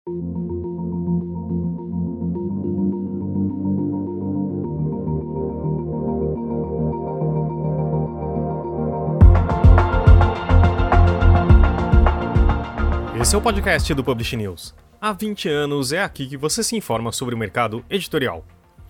Esse é o podcast do Publish News. Há 20 anos é aqui que você se informa sobre o mercado editorial.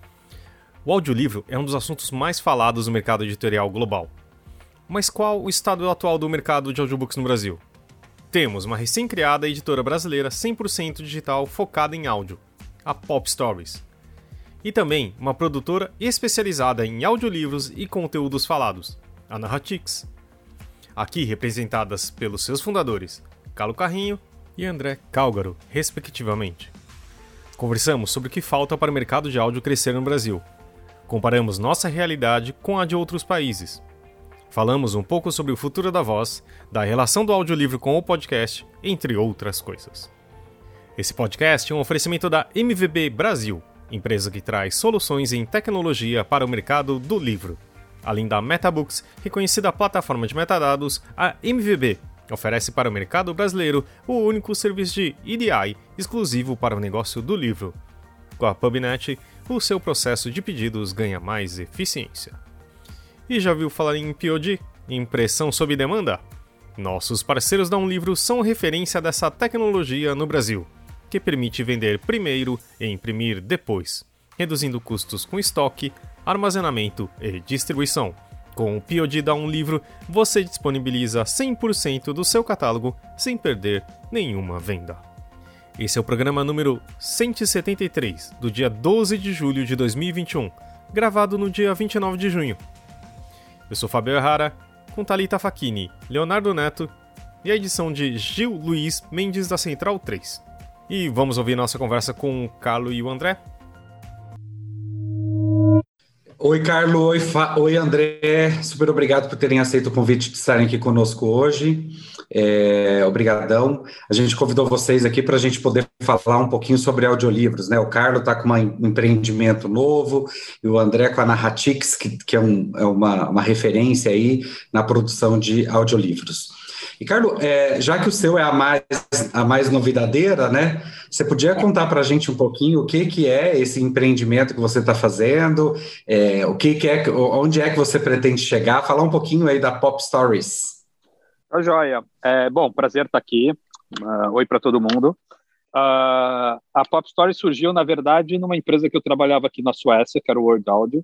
O audiolivro é um dos assuntos mais falados no mercado editorial global. Mas qual o estado atual do mercado de audiobooks no Brasil? Temos uma recém-criada editora brasileira 100% digital focada em áudio, a Pop Stories. E também uma produtora especializada em audiolivros e conteúdos falados, a Narratix. Aqui representadas pelos seus fundadores, Calo Carrinho e André Cálgaro, respectivamente. Conversamos sobre o que falta para o mercado de áudio crescer no Brasil. Comparamos nossa realidade com a de outros países. Falamos um pouco sobre o futuro da voz, da relação do audiolivro com o podcast, entre outras coisas. Esse podcast é um oferecimento da MVB Brasil, empresa que traz soluções em tecnologia para o mercado do livro. Além da MetaBooks, reconhecida plataforma de metadados, a MVB oferece para o mercado brasileiro o único serviço de EDI exclusivo para o negócio do livro. Com a PubNet, o seu processo de pedidos ganha mais eficiência. E já ouviu falar em POD, impressão sob demanda? Nossos parceiros da Livro são referência dessa tecnologia no Brasil, que permite vender primeiro e imprimir depois, reduzindo custos com estoque, armazenamento e distribuição. Com o POD da Livro, você disponibiliza 100% do seu catálogo sem perder nenhuma venda. Esse é o programa número 173, do dia 12 de julho de 2021, gravado no dia 29 de junho. Eu sou Fabio Errara, com Thalita Facchini, Leonardo Neto e a edição de Gil Luiz Mendes da Central 3. E vamos ouvir nossa conversa com o Carlo e o André? Oi, Carlo. Oi, André. Super obrigado por terem aceito o convite de estarem aqui conosco hoje. Obrigadão. A gente convidou vocês aqui para a gente poder falar um pouquinho sobre audiolivros, né? O Carlo está com um empreendimento novo e o André com a Narratix, que é uma referência aí na produção de audiolivros. E, Carlo, já que o seu é a mais novidadeira, né? Você podia contar para a gente um pouquinho o que é esse empreendimento que você está fazendo, onde é que você pretende chegar, falar um pouquinho aí da Pop Stories. Tá joia. Bom, prazer estar aqui. Oi para todo mundo. A Pop Stories surgiu, na verdade, numa empresa que eu trabalhava aqui na Suécia, que era o Word Audio,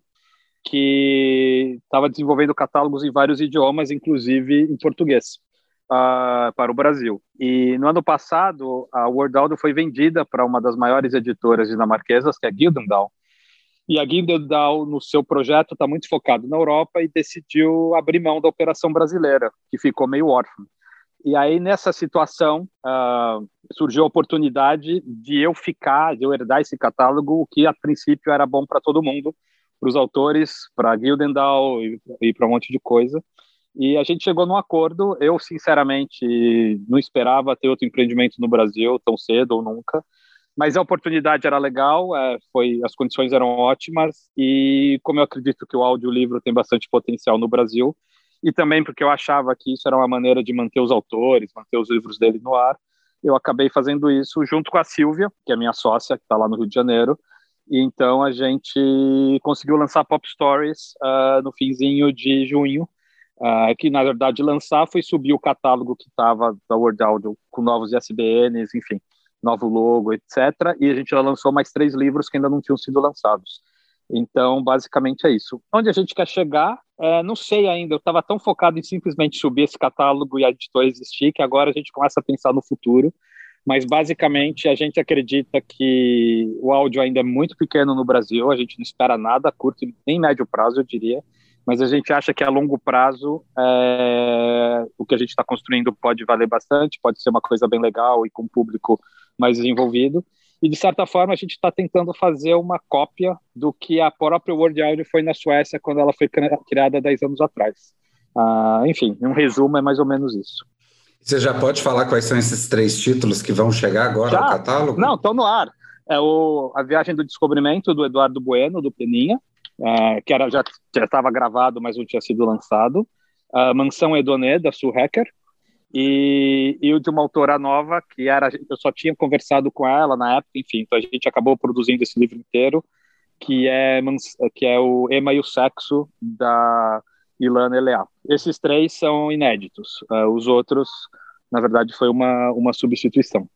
que estava desenvolvendo catálogos em vários idiomas, inclusive em português. Para o Brasil. E no ano passado, a Word Audio foi vendida para uma das maiores editoras dinamarquesas, que é a Gyldendal. E a Gyldendal, no seu projeto, está muito focado na Europa e decidiu abrir mão da operação brasileira, que ficou meio órfã. E aí, nessa situação, surgiu a oportunidade de eu herdar esse catálogo, o que a princípio era bom para todo mundo, para os autores, para a Gyldendal e para um monte de coisa. E a gente chegou num acordo. Eu, sinceramente, não esperava ter outro empreendimento no Brasil tão cedo ou nunca, mas a oportunidade era legal, as condições eram ótimas, e como eu acredito que o audiolivro tem bastante potencial no Brasil, e também porque eu achava que isso era uma maneira de manter os autores, manter os livros dele no ar, eu acabei fazendo isso junto com a Silvia, que é minha sócia, que está lá no Rio de Janeiro, e então a gente conseguiu lançar Pop Stories no finzinho de junho, que na verdade lançar foi subir o catálogo que estava da Word Audio com novos ISBNs, enfim, novo logo, etc. E a gente já lançou mais 3 livros que ainda não tinham sido lançados. Então, basicamente é isso. Onde a gente quer chegar, não sei ainda. Eu estava tão focado em simplesmente subir esse catálogo e a editora existir, que agora a gente começa a pensar no futuro. Mas, basicamente, a gente acredita que o áudio ainda é muito pequeno no Brasil. A gente não espera nada a curto nem médio prazo, eu diria. Mas a gente acha que a longo prazo o que a gente está construindo pode valer bastante, pode ser uma coisa bem legal e com um público mais desenvolvido. E, de certa forma, a gente está tentando fazer uma cópia do que a própria Word Audio foi na Suécia quando ela foi criada 10 anos atrás. Enfim, um resumo é mais ou menos isso. Você já pode falar quais são esses 3 títulos que vão chegar agora ao catálogo? Não, estão no ar. A Viagem do Descobrimento, do Eduardo Bueno, do Peninha, que já estava gravado, mas não tinha sido lançado. Mansão Edoné, da Sul Hacker. e o de uma autora nova, eu só tinha conversado com ela na época, enfim, então a gente acabou produzindo esse livro inteiro, que é o Emma e o Sexo, da Ilana Eleá. Esses 3 são inéditos, os outros, na verdade, foi uma substituição.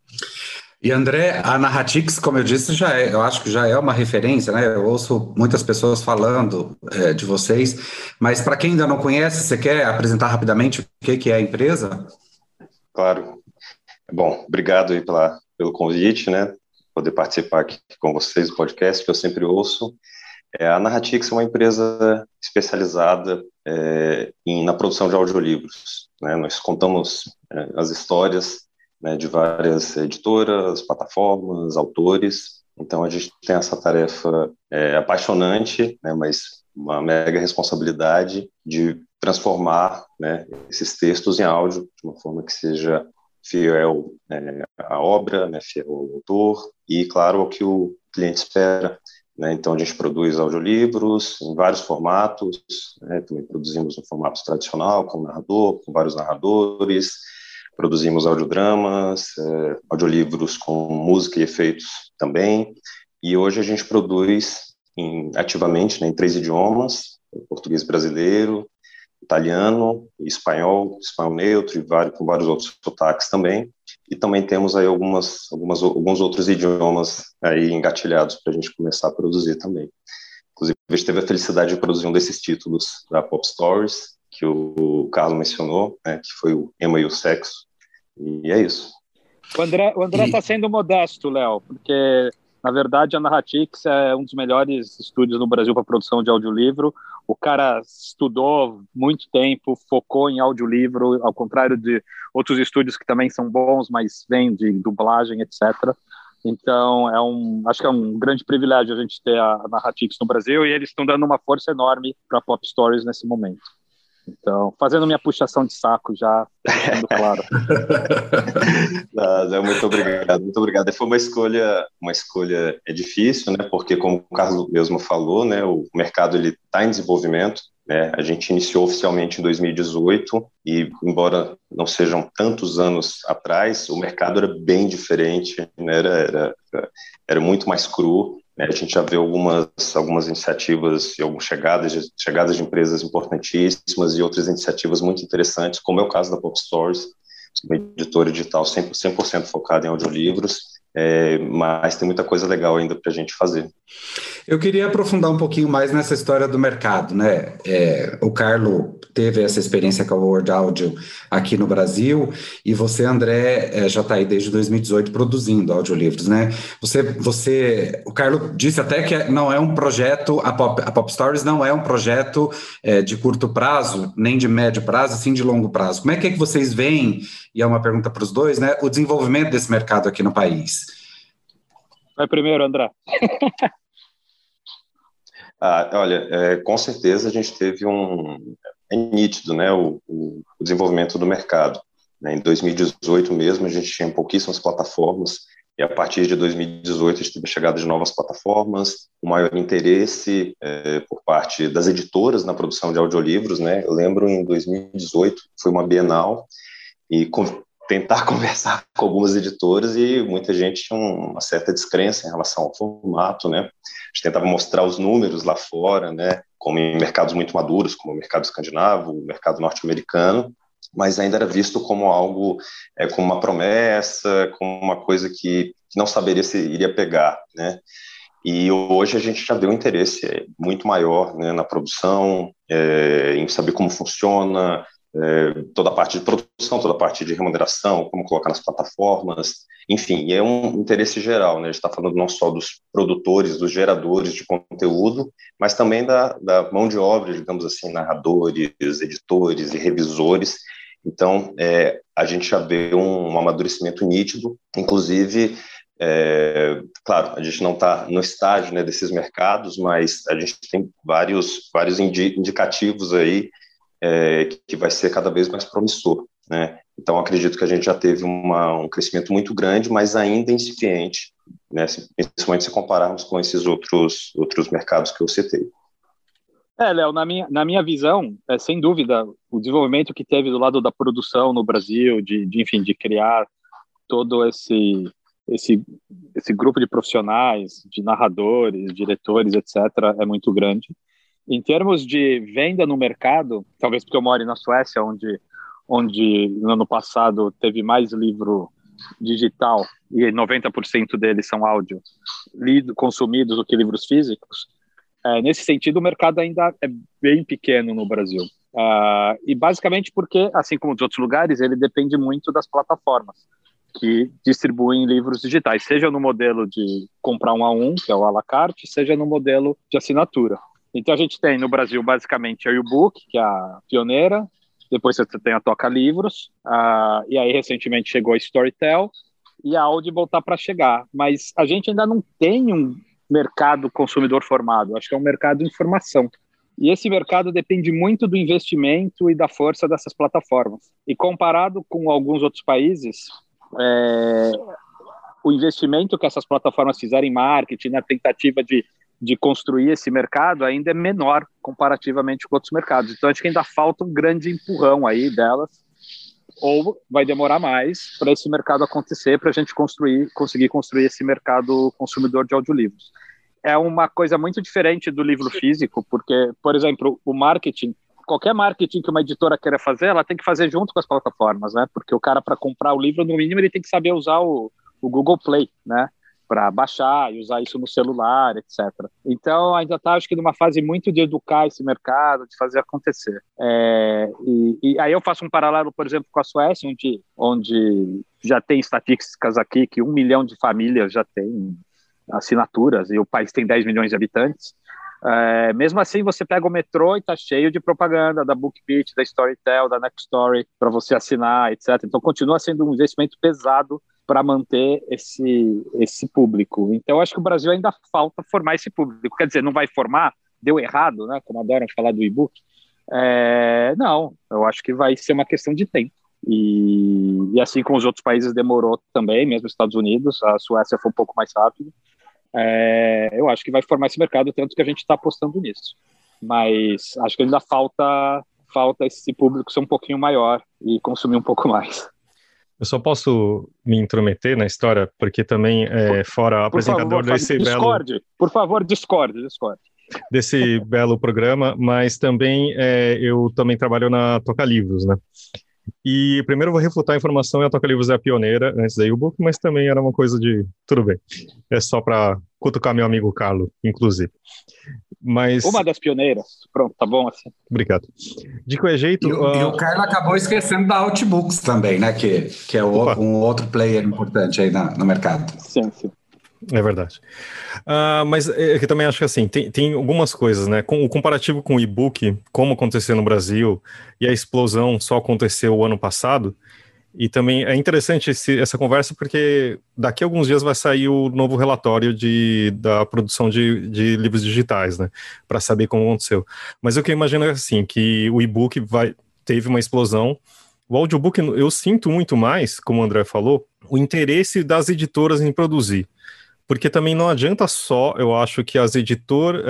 E André, a Narratix, como eu disse, eu acho que já é uma referência, né? Eu ouço muitas pessoas falando de vocês, mas para quem ainda não conhece, você quer apresentar rapidamente o que é a empresa? Claro. Bom, obrigado aí pelo convite, né? Poder participar aqui com vocês do podcast, que eu sempre ouço. A Narratix é uma empresa especializada na produção de audiolivros, né? Nós contamos as histórias, né, de várias editoras, plataformas, autores. Então, a gente tem essa tarefa apaixonante, né, mas uma mega responsabilidade de transformar, né, esses textos em áudio de uma forma que seja fiel à obra, né, fiel ao autor e, claro, ao que o cliente espera. Né? Então, a gente produz audiolivros em vários formatos, né? Também produzimos no formato tradicional, com narrador, com vários narradores, produzimos audiodramas, audiolivros com música e efeitos também, e hoje a gente produz ativamente, né, em 3 idiomas, português brasileiro, italiano, espanhol neutro e com vários outros sotaques também, e também temos aí alguns outros idiomas aí engatilhados para a gente começar a produzir também. Inclusive, a gente teve a felicidade de produzir um desses títulos da Pop Stories, que o Carlos mencionou, né, que foi o Emma e o Sexo, e é isso. O André está sendo modesto, Léo, porque, na verdade, a Narratix é um dos melhores estúdios no Brasil para produção de audiolivro. O cara estudou muito tempo, focou em audiolivro, ao contrário de outros estúdios que também são bons, mas vêm de dublagem, etc. Então, acho que é um grande privilégio a gente ter a Narratix no Brasil, e eles estão dando uma força enorme para Pop Stories nesse momento. Então, fazendo minha puxação de saco já, deixando claro. Muito obrigado, muito obrigado. Foi uma escolha difícil, né? Porque, como o Carlos mesmo falou, né, o mercado ele está em desenvolvimento, né? A gente iniciou oficialmente em 2018 e, embora não sejam tantos anos atrás, o mercado era bem diferente, né? Era muito mais cru. A gente já vê algumas iniciativas e algumas chegadas de empresas importantíssimas e outras iniciativas muito interessantes, como é o caso da Pop Stories, uma editora digital 100% focada em audiolivros, mas tem muita coisa legal ainda para a gente fazer. Eu queria aprofundar um pouquinho mais nessa história do mercado, né? O Carlo teve essa experiência com a World Audio aqui no Brasil, e você, André, já está aí desde 2018 produzindo audiolivros, né? O Carlo disse até que não é um projeto, a Pop Stories não é um projeto de curto prazo, nem de médio prazo, sim de longo prazo. Como é que vocês veem, e é uma pergunta para os dois, né, o desenvolvimento desse mercado aqui no país? Vai primeiro, André. Olha, com certeza a gente teve é nítido, né, o desenvolvimento do mercado. Né? Em 2018 mesmo, a gente tinha pouquíssimas plataformas, e a partir de 2018 a gente teve a chegada de novas plataformas, um maior interesse por parte das editoras na produção de audiolivros. Né? Eu lembro em 2018, foi uma Bienal, e tentar conversar com algumas editoras, e muita gente tinha uma certa descrença em relação ao formato, né? A gente tentava mostrar os números lá fora, né? Como em mercados muito maduros, como o mercado escandinavo, o mercado norte-americano, mas ainda era visto como algo, como uma promessa, como uma coisa que não saberia se iria pegar, né? E hoje a gente já vê um interesse muito maior, né, na produção, em saber como funciona, toda a parte de produção, toda a parte de remuneração, como colocar nas plataformas, enfim, é um interesse geral, né? A gente está falando não só dos produtores, dos geradores de conteúdo, mas também da mão de obra, digamos assim, narradores, editores e revisores. Então, a gente já vê um amadurecimento nítido, inclusive, claro, a gente não está no estágio, né, desses mercados, mas a gente tem vários indicativos aí, que vai ser cada vez mais promissor, né? Então, acredito que a gente já teve um crescimento muito grande, mas ainda incipiente, né? Principalmente se compararmos com esses outros mercados que eu citei. Léo, na minha visão, sem dúvida, o desenvolvimento que teve do lado da produção no Brasil, enfim, de criar todo esse grupo de profissionais, de narradores, diretores, etc., é muito grande. Em termos de venda no mercado, talvez porque eu moro na Suécia, onde no ano passado teve mais livro digital e 90% deles são áudio consumidos do que livros físicos. Nesse sentido, o mercado ainda é bem pequeno no Brasil. E basicamente porque, assim como os outros lugares, ele depende muito das plataformas que distribuem livros digitais, seja no modelo de comprar um a um, que é o à la carte, seja no modelo de assinatura. Então a gente tem no Brasil basicamente a U-Book, que é a pioneira, depois você tem a Toca Livros, e aí recentemente chegou a Storytel, e a Audible está para chegar. Mas a gente ainda não tem um mercado consumidor formado, acho que é um mercado de informação. E esse mercado depende muito do investimento e da força dessas plataformas. E comparado com alguns outros países, o investimento que essas plataformas fizeram em marketing, na tentativa de construir esse mercado, ainda é menor comparativamente com outros mercados. Então, acho que ainda falta um grande empurrão aí delas, ou vai demorar mais para esse mercado acontecer, para a gente conseguir construir esse mercado consumidor de audiolivros. É uma coisa muito diferente do livro físico, porque, por exemplo, o marketing, qualquer marketing que uma editora queira fazer, ela tem que fazer junto com as plataformas, né? Porque o cara, para comprar o livro, no mínimo, ele tem que saber usar o Google Play, né? Para baixar e usar isso no celular, etc. Então, ainda está, acho que, numa fase muito de educar esse mercado, de fazer acontecer. E aí eu faço um paralelo, por exemplo, com a Suécia, onde já tem estatísticas aqui que 1 milhão de famílias já tem assinaturas, e o país tem 10 milhões de habitantes. Mesmo assim, você pega o metrô e está cheio de propaganda da BookBeat, da Storytel, da Nextory, para você assinar, etc. Então, continua sendo um investimento pesado para manter esse público. Então, acho que o Brasil ainda falta formar esse público. Quer dizer, não vai formar? Deu errado, né? Como adoram falar do e-book. Não, eu acho que vai ser uma questão de tempo. E assim como os outros países demorou também, mesmo os Estados Unidos, a Suécia foi um pouco mais rápido. Eu acho que vai formar esse mercado, tanto que a gente está apostando nisso. Mas acho que ainda falta esse público ser um pouquinho maior e consumir um pouco mais. Eu só posso me intrometer na história, porque também, fora apresentador desse Por favor, discorde. Desse belo programa, mas também eu também trabalho na Toca Livros, né? E primeiro eu vou refutar a informação, a Toca Livros é a pioneira, antes da U-Book, mas também era uma coisa de... Tudo bem, é só para cutucar meu amigo Carlo, inclusive. Mas... Uma das pioneiras, pronto, tá bom assim. Obrigado. De qualquer jeito... E o Carlo acabou esquecendo da Outbooks também, né, que é um outro player importante aí no mercado. Sim. É verdade. Mas eu também acho que assim, tem algumas coisas, né? O comparativo com o e-book, como aconteceu no Brasil, e a explosão só aconteceu o ano passado, e também é interessante essa conversa porque daqui a alguns dias vai sair o novo relatório da produção de livros digitais, né? Para saber como aconteceu. Mas o que eu imagino é assim, que o e-book teve uma explosão. O audiobook, eu sinto muito mais, como o André falou, o interesse das editoras em produzir. Porque também não adianta só, eu acho, que as editoras,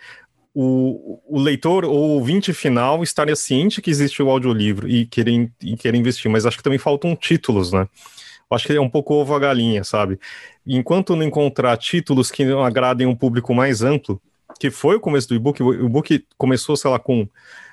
o leitor ou o ouvinte final estarem ciente que existe o audiolivro e querer investir, mas acho que também faltam títulos, né? Eu acho que é um pouco ovo a galinha, sabe? Enquanto não encontrar títulos que não agradem um público mais amplo, que foi o começo do e-book, o e-book começou, sei lá, com...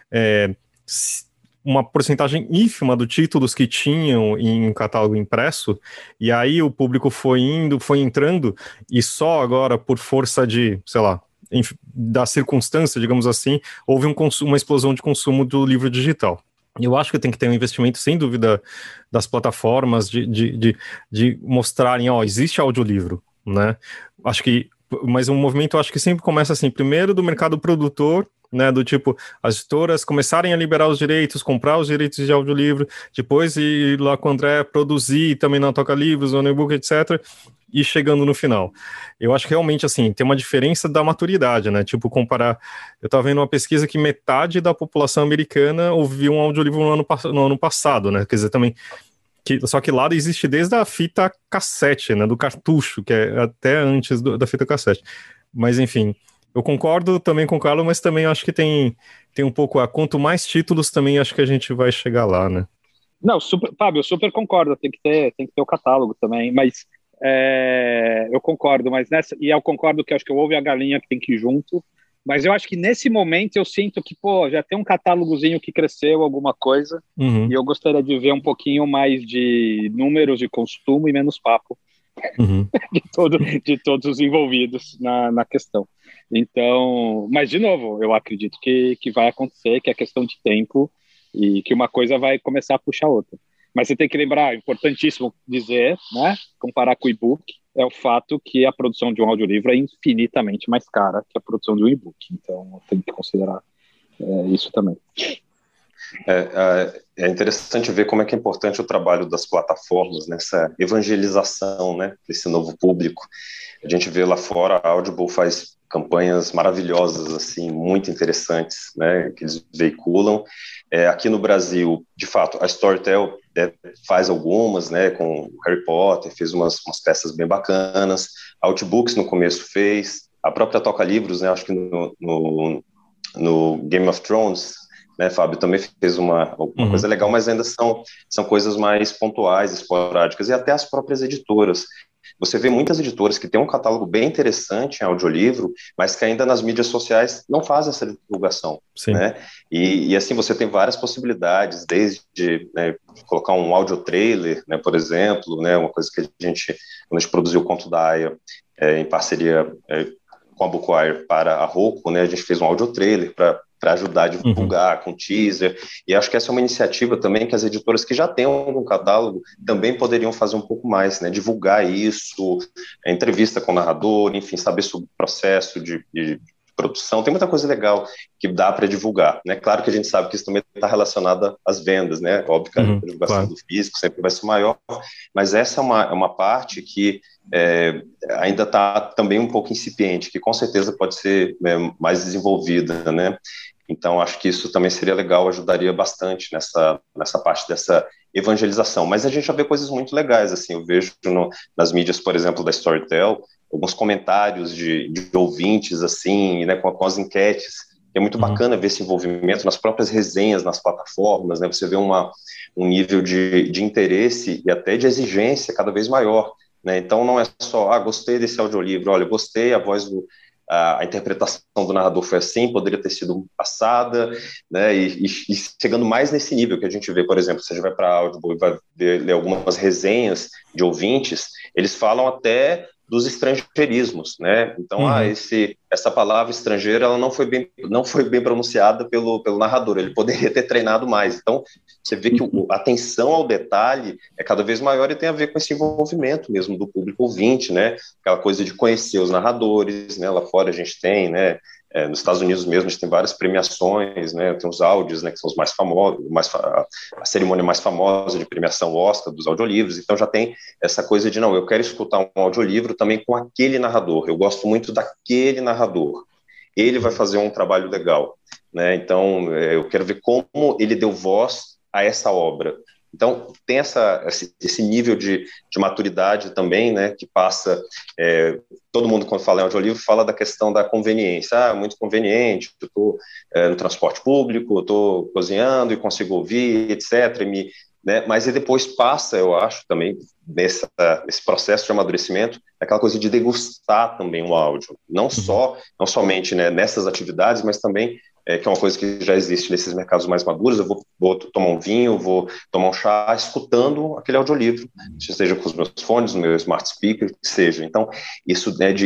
uma porcentagem ínfima de títulos que tinham em catálogo impresso, e aí o público foi entrando, e só agora, por força de, sei lá, da circunstância, digamos assim, houve uma explosão de consumo do livro digital. Eu acho que tem que ter um investimento, sem dúvida, das plataformas de mostrarem, existe audiolivro, né? Acho que, mas um movimento, eu acho que sempre começa assim, primeiro do mercado produtor, né, do tipo, as editoras começarem a liberar os direitos, comprar os direitos de audiolivro, depois ir lá com o André produzir também na Toca Livros, no e-book, etc., e chegando no final. Eu acho que realmente, assim, tem uma diferença da maturidade, né, tipo, comparar, eu estava vendo uma pesquisa que metade da população americana ouviu um audiolivro no ano passado, né, quer dizer, também, só que lá existe desde a fita cassete, né, do cartucho, que é até antes da fita cassete, mas enfim... Eu concordo também com o Carlos, mas também acho que tem um pouco, quanto mais títulos também acho que a gente vai chegar lá, né? Não, Fábio, eu super concordo, tem que ter o catálogo também, mas eu concordo, mas e eu concordo que acho que o ovo e a galinha que tem que ir junto, mas eu acho que nesse momento eu sinto que, pô, já tem um catálogozinho que cresceu, alguma coisa, e eu gostaria de ver um pouquinho mais de números de consumo e menos papo de todos os envolvidos na questão. Então, mas de novo, eu acredito que vai acontecer, que é questão de tempo e que uma coisa vai começar a puxar a outra. Mas você tem que lembrar, é importantíssimo dizer, né, comparar com o e-book, é o fato que a produção de um audiolivro é infinitamente mais cara que a produção de um e-book. Então, tem que considerar isso também. É interessante ver como é que é importante o trabalho das plataformas nessa evangelização, né, desse novo público. A gente vê lá fora, a Audible faz campanhas maravilhosas, assim, muito interessantes, né, que eles veiculam. Aqui no Brasil, de fato, a Storytel faz algumas, né, com Harry Potter, fez umas peças bem bacanas. A Outbooks no começo fez, a própria Toca Livros, né, acho que no Game of Thrones, né, Fábio, também fez uma coisa legal, mas ainda são coisas mais pontuais, esporádicas, e até as próprias editoras. Você vê muitas editoras que têm um catálogo bem interessante em audiolivro, mas que ainda nas mídias sociais não fazem essa divulgação, né? E assim, você tem várias possibilidades, desde, né, colocar um audio trailer, né, por exemplo, né, uma coisa que quando a gente produziu o Conto da Aya, em parceria com a Bookwire para a Roku, né, a gente fez um audio trailer para ajudar a divulgar com teaser, e acho que essa é uma iniciativa também que as editoras que já têm algum catálogo também poderiam fazer um pouco mais, né, divulgar isso, entrevista com o narrador, enfim, saber sobre o processo de produção, tem muita coisa legal que dá para divulgar, né, claro que a gente sabe que isso também está relacionado às vendas, né, óbvio que a divulgação do físico sempre vai ser maior, mas essa é uma parte que ainda está também um pouco incipiente, que com certeza pode ser mais desenvolvida, né? Então, acho que isso também seria legal, ajudaria bastante nessa parte dessa evangelização. Mas a gente já vê coisas muito legais, assim, eu vejo nas mídias, por exemplo, da Storytel, alguns comentários de ouvintes, assim, né, com as enquetes. É muito bacana ver esse envolvimento nas próprias resenhas, nas plataformas, né? Você vê um nível de interesse e até de exigência cada vez maior, né? Então, não é só, gostei desse audiolivro, olha, gostei, a interpretação do narrador foi assim, poderia ter sido passada, né, e chegando mais nesse nível que a gente vê, por exemplo, se a gente vai para a Audible e vai ler algumas resenhas de ouvintes, eles falam até dos estrangeirismos, né? Então, essa palavra estrangeira, ela não foi bem pronunciada pelo narrador, ele poderia ter treinado mais. Então, você vê que a atenção ao detalhe é cada vez maior e tem a ver com esse envolvimento mesmo do público ouvinte, né? Aquela coisa de conhecer os narradores, né? Lá fora a gente tem, né? Nos Estados Unidos mesmo a gente tem várias premiações, né? Tem os áudios, né? Que são os mais famosos, a cerimônia mais famosa de premiação Oscar dos audiolivros. Então já tem essa coisa de, não, eu quero escutar um audiolivro também com aquele narrador, eu gosto muito daquele narrador, ele vai fazer um trabalho legal, né? Então eu quero ver como ele deu voz a essa obra. Então, tem esse nível de maturidade também, né, que passa, todo mundo quando fala em audiolivro fala da questão da conveniência, muito conveniente, eu estou no transporte público, eu estou cozinhando e consigo ouvir, etc., né, mas depois passa, eu acho, também, nesse processo de amadurecimento, aquela coisa de degustar também o áudio, não somente, né, nessas atividades, mas também que é uma coisa que já existe nesses mercados mais maduros, eu vou tomar um vinho, vou tomar um chá, escutando aquele audiolivro, seja com os meus fones, no meu smart speaker, que seja. Então, isso, né,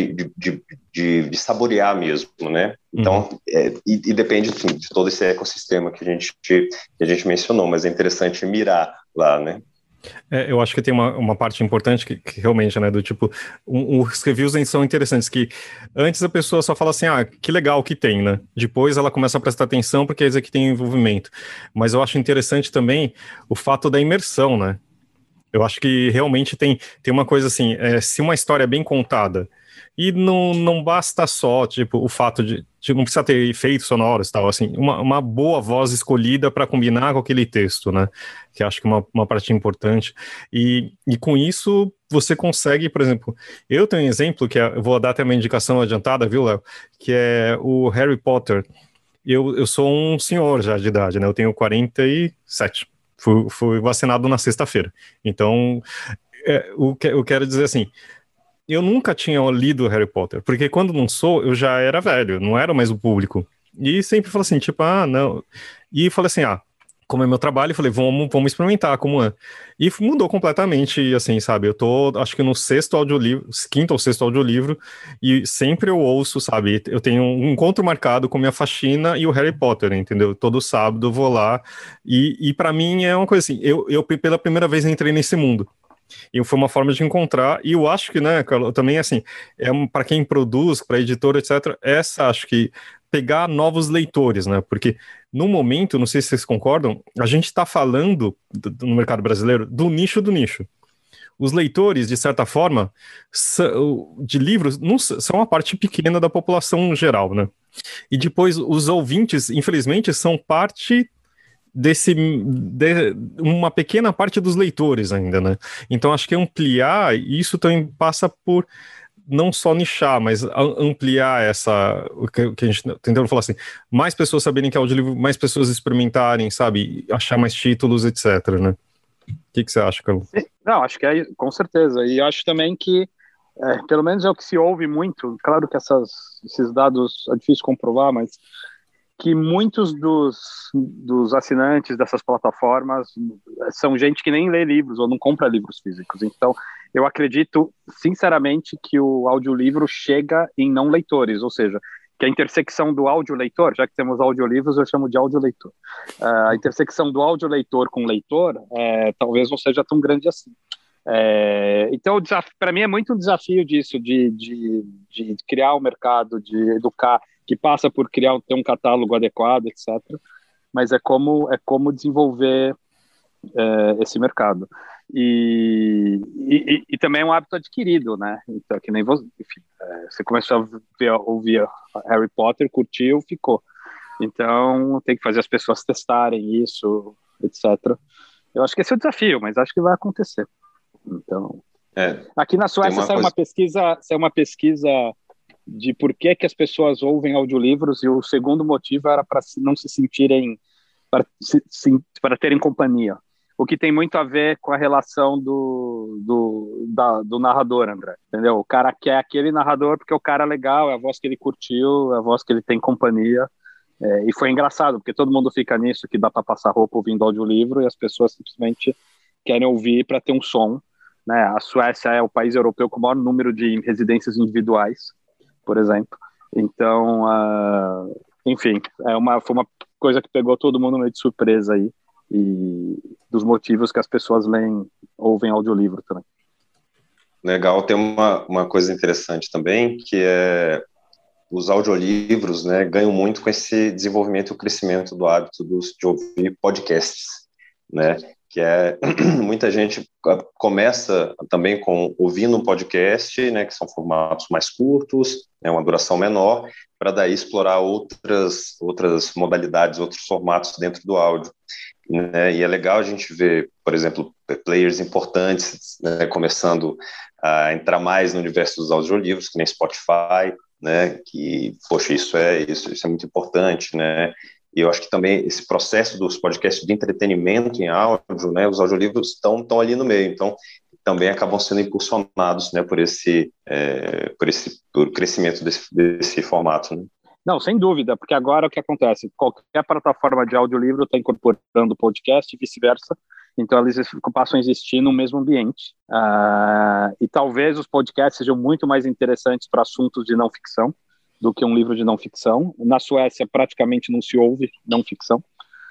de saborear mesmo, né? Então, e depende, enfim, de todo esse ecossistema que a gente mencionou, mas é interessante mirar lá, né? Eu acho que tem uma parte importante que realmente, né, do tipo, os reviews são interessantes, que antes a pessoa só fala assim, que legal que tem, né, depois ela começa a prestar atenção porque é isso que tem envolvimento, mas eu acho interessante também o fato da imersão, né, eu acho que realmente tem uma coisa assim, se uma história é bem contada, E não basta só, tipo, o fato de não precisa ter efeitos sonoros e tal, assim, uma boa voz escolhida para combinar com aquele texto, né? Que acho que é uma parte importante. E com isso, você consegue, por exemplo, eu tenho um exemplo, eu vou dar até uma indicação adiantada, viu, Léo? Que é o Harry Potter. Eu sou um senhor já de idade, né? Eu tenho 47. Fui vacinado na sexta-feira. Então, eu quero dizer assim, eu nunca tinha lido Harry Potter, porque quando lançou, eu já era velho, não era mais o público. E sempre falei assim, tipo, não. E falei assim, como é meu trabalho, eu falei, vamos experimentar como é. E mudou completamente, assim, sabe? Eu tô, acho que no quinto ou sexto audiolivro, e sempre eu ouço, sabe? Eu tenho um encontro marcado com minha faxina e o Harry Potter, entendeu? Todo sábado eu vou lá, e para mim é uma coisa assim, eu pela primeira vez entrei nesse mundo. E foi uma forma de encontrar, e eu acho que, né, Carol, também, assim, para quem produz, para editor, etc., acho que pegar novos leitores, né, porque no momento, não sei se vocês concordam, a gente está falando, no mercado brasileiro, do nicho do nicho. Os leitores, de certa forma, de livros, não, são uma parte pequena da população geral, né, e depois os ouvintes, infelizmente, são parte uma pequena parte dos leitores ainda, né? Então acho que ampliar isso também passa por não só nichar, mas ampliar o que a gente tá tentando falar assim, mais pessoas saberem que é audiolivro, mais pessoas experimentarem, sabe, achar mais títulos, etc, né? O que você acha, Carlos? Não, acho que é com certeza. E acho também que, pelo menos é o que se ouve muito, claro que esses dados é difícil comprovar, mas que muitos dos assinantes dessas plataformas são gente que nem lê livros ou não compra livros físicos. Então, eu acredito, sinceramente, que o audiolivro chega em não leitores, ou seja, que a intersecção do audioleitor, já que temos audiolivros, eu chamo de audioleitor. A intersecção do audioleitor com leitor talvez não seja tão grande assim. Então, para mim é muito um desafio disso, de criar um mercado, de educar, que passa por ter um catálogo adequado, etc. Mas é como desenvolver esse mercado. E também é um hábito adquirido, né? Então, que nem você, enfim, você começou a ouvir Harry Potter, curtiu, ficou. Então, tem que fazer as pessoas testarem isso, etc. Eu acho que esse é o desafio, mas acho que vai acontecer. Então, aqui na Suécia saiu uma pesquisa de por que as pessoas ouvem audiolivros, e o segundo motivo era para não se sentirem, para terem companhia. O que tem muito a ver com a relação do narrador, André, entendeu? O cara quer aquele narrador porque o cara é legal, é a voz que ele curtiu, é a voz que ele tem companhia. E foi engraçado, porque todo mundo fica nisso, que dá para passar roupa ouvindo audiolivro, e as pessoas simplesmente querem ouvir para ter um som, né? A Suécia é o país europeu com o maior número de residências individuais, por exemplo. Então, enfim, foi uma coisa que pegou todo mundo meio de surpresa aí, e dos motivos que as pessoas ouvem audiolivro também. Legal, tem uma coisa interessante também, que é os audiolivros, né, ganham muito com esse desenvolvimento e o crescimento do hábito de ouvir podcasts, né, que muita gente começa também ouvindo um podcast, né, que são formatos mais curtos, uma duração menor, para daí explorar outras modalidades, outros formatos dentro do áudio. Né, e é legal a gente ver, por exemplo, players importantes, né, começando a entrar mais no universo dos audiolivros, que nem Spotify, né, que, poxa, isso é muito importante, né, e eu acho que também esse processo dos podcasts de entretenimento em áudio, né, os audiolivros estão ali no meio, então também acabam sendo impulsionados, né, por crescimento desse formato, né. Não, sem dúvida, porque agora o que acontece? Qualquer plataforma de audiolivro está incorporando podcast e vice-versa, então eles passam a existir no mesmo ambiente. E talvez os podcasts sejam muito mais interessantes para assuntos de não ficção do que um livro de não ficção. Na Suécia praticamente não se ouve não ficção.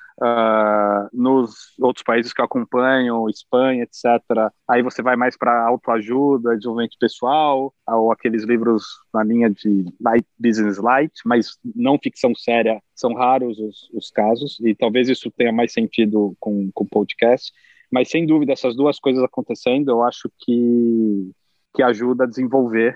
Nos outros países que eu acompanho, Espanha, etc., aí você vai mais para autoajuda, desenvolvimento pessoal, ou aqueles livros na linha de business light, mas não ficção séria, são raros os casos, e talvez isso tenha mais sentido com podcast, mas sem dúvida essas duas coisas acontecendo, eu acho que que ajuda a desenvolver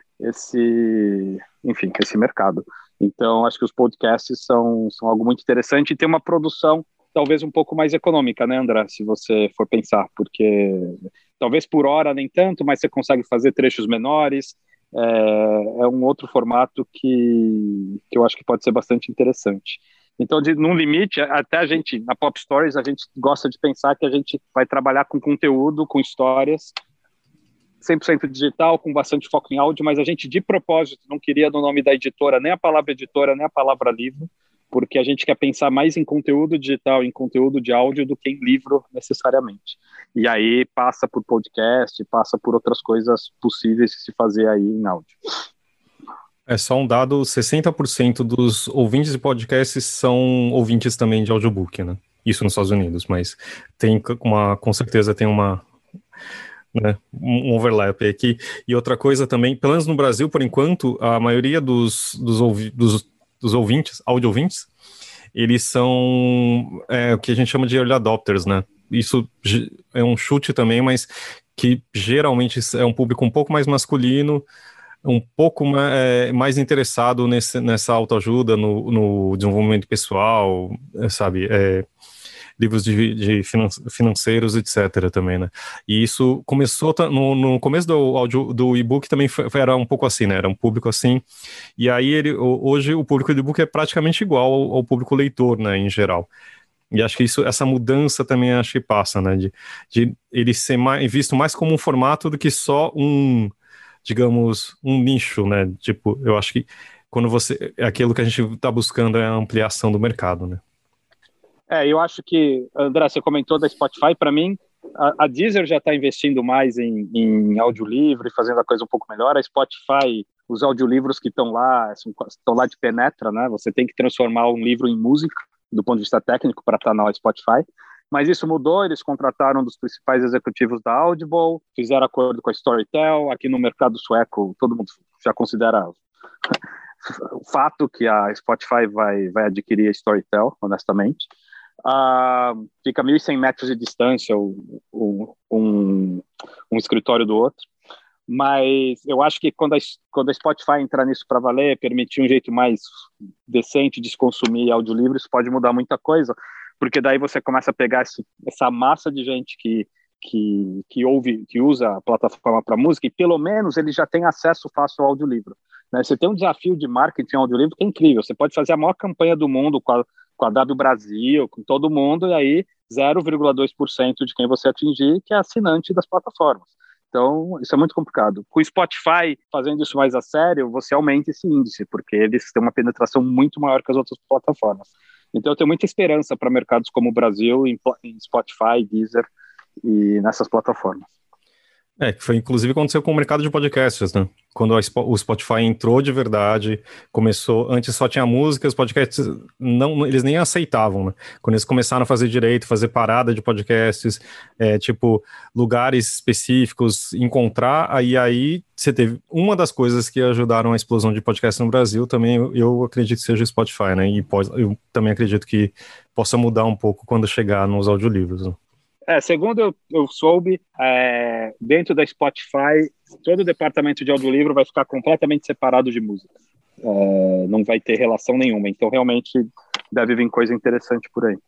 esse mercado. Então, acho que os podcasts são algo muito interessante e tem uma produção talvez um pouco mais econômica, né, André? Se você for pensar, porque talvez por hora nem tanto, mas você consegue fazer trechos menores. É um outro formato que eu acho que pode ser bastante interessante. Então, num limite, até a gente, na Pop Stories, a gente gosta de pensar que a gente vai trabalhar com conteúdo, com histórias, 100% digital, com bastante foco em áudio, mas a gente, de propósito, não queria no nome da editora nem a palavra editora, nem a palavra livro, porque a gente quer pensar mais em conteúdo digital, em conteúdo de áudio, do que em livro, necessariamente. E aí passa por podcast, passa por outras coisas possíveis de se fazer aí em áudio. É só um dado, 60% dos ouvintes de podcasts são ouvintes também de audiobook, né? Isso nos Estados Unidos, mas com certeza tem né, um overlap aqui. E outra coisa também, pelo menos no Brasil, por enquanto, a maioria dos ouvintes, audio-ouvintes, eles são o que a gente chama de early adopters, né? Isso é um chute também, mas que geralmente é um público um pouco mais masculino, um pouco mais interessado nessa autoajuda, no desenvolvimento pessoal, sabe? Livros financeiros, etc. também, né? E isso começou no começo do e-book também era um pouco assim, né? Era um público assim. E aí hoje o público do e-book é praticamente igual ao público leitor, né? Em geral. E acho que essa mudança também acho que passa, né? De ele ser visto mais como um formato do que só digamos, um nicho, né? Tipo, eu acho que aquilo que a gente está buscando é a ampliação do mercado, né? Eu acho que, André, você comentou da Spotify, para mim, a Deezer já está investindo mais em audiolivro e fazendo a coisa um pouco melhor. A Spotify, os audiolivros que estão lá de penetra, né? Você tem que transformar um livro em música, do ponto de vista técnico, para estar na Spotify. Mas isso mudou, eles contrataram um dos principais executivos da Audible, fizeram acordo com a Storytel. Aqui no mercado sueco, todo mundo já considera o fato que a Spotify vai adquirir a Storytel, honestamente. Fica 1.100 metros de distância um escritório do outro. Mas eu acho que quando a Spotify entrar nisso para valer, permitir um jeito mais decente de se consumir audiolivros, pode mudar muita coisa, porque daí você começa a pegar essa massa de gente que ouve, que usa a plataforma para música, e pelo menos ele já tem acesso fácil ao audiolivro, né? Você tem um desafio de marketing audiolivro que é incrível. Você pode fazer a maior campanha do mundo com a W Brasil, com todo mundo, e aí 0,2% de quem você atingir que é assinante das plataformas. Então, isso é muito complicado. Com o Spotify fazendo isso mais a sério, você aumenta esse índice, porque eles têm uma penetração muito maior que as outras plataformas. Então, eu tenho muita esperança para mercados como o Brasil, em Spotify, Deezer e nessas plataformas. Que foi inclusive aconteceu com o mercado de podcasts, né? Quando o Spotify entrou de verdade, começou, antes só tinha música, os podcasts eles nem aceitavam, né? Quando eles começaram a fazer direito, fazer parada de podcasts, tipo, lugares específicos, encontrar, aí você teve uma das coisas que ajudaram a explosão de podcasts no Brasil, também eu acredito que seja o Spotify, né? E eu também acredito que possa mudar um pouco quando chegar nos audiolivros, né? Segundo eu soube, dentro da Spotify, todo o departamento de audiolivro vai ficar completamente separado de música. Não vai ter relação nenhuma. Então, realmente, deve vir coisa interessante por aí.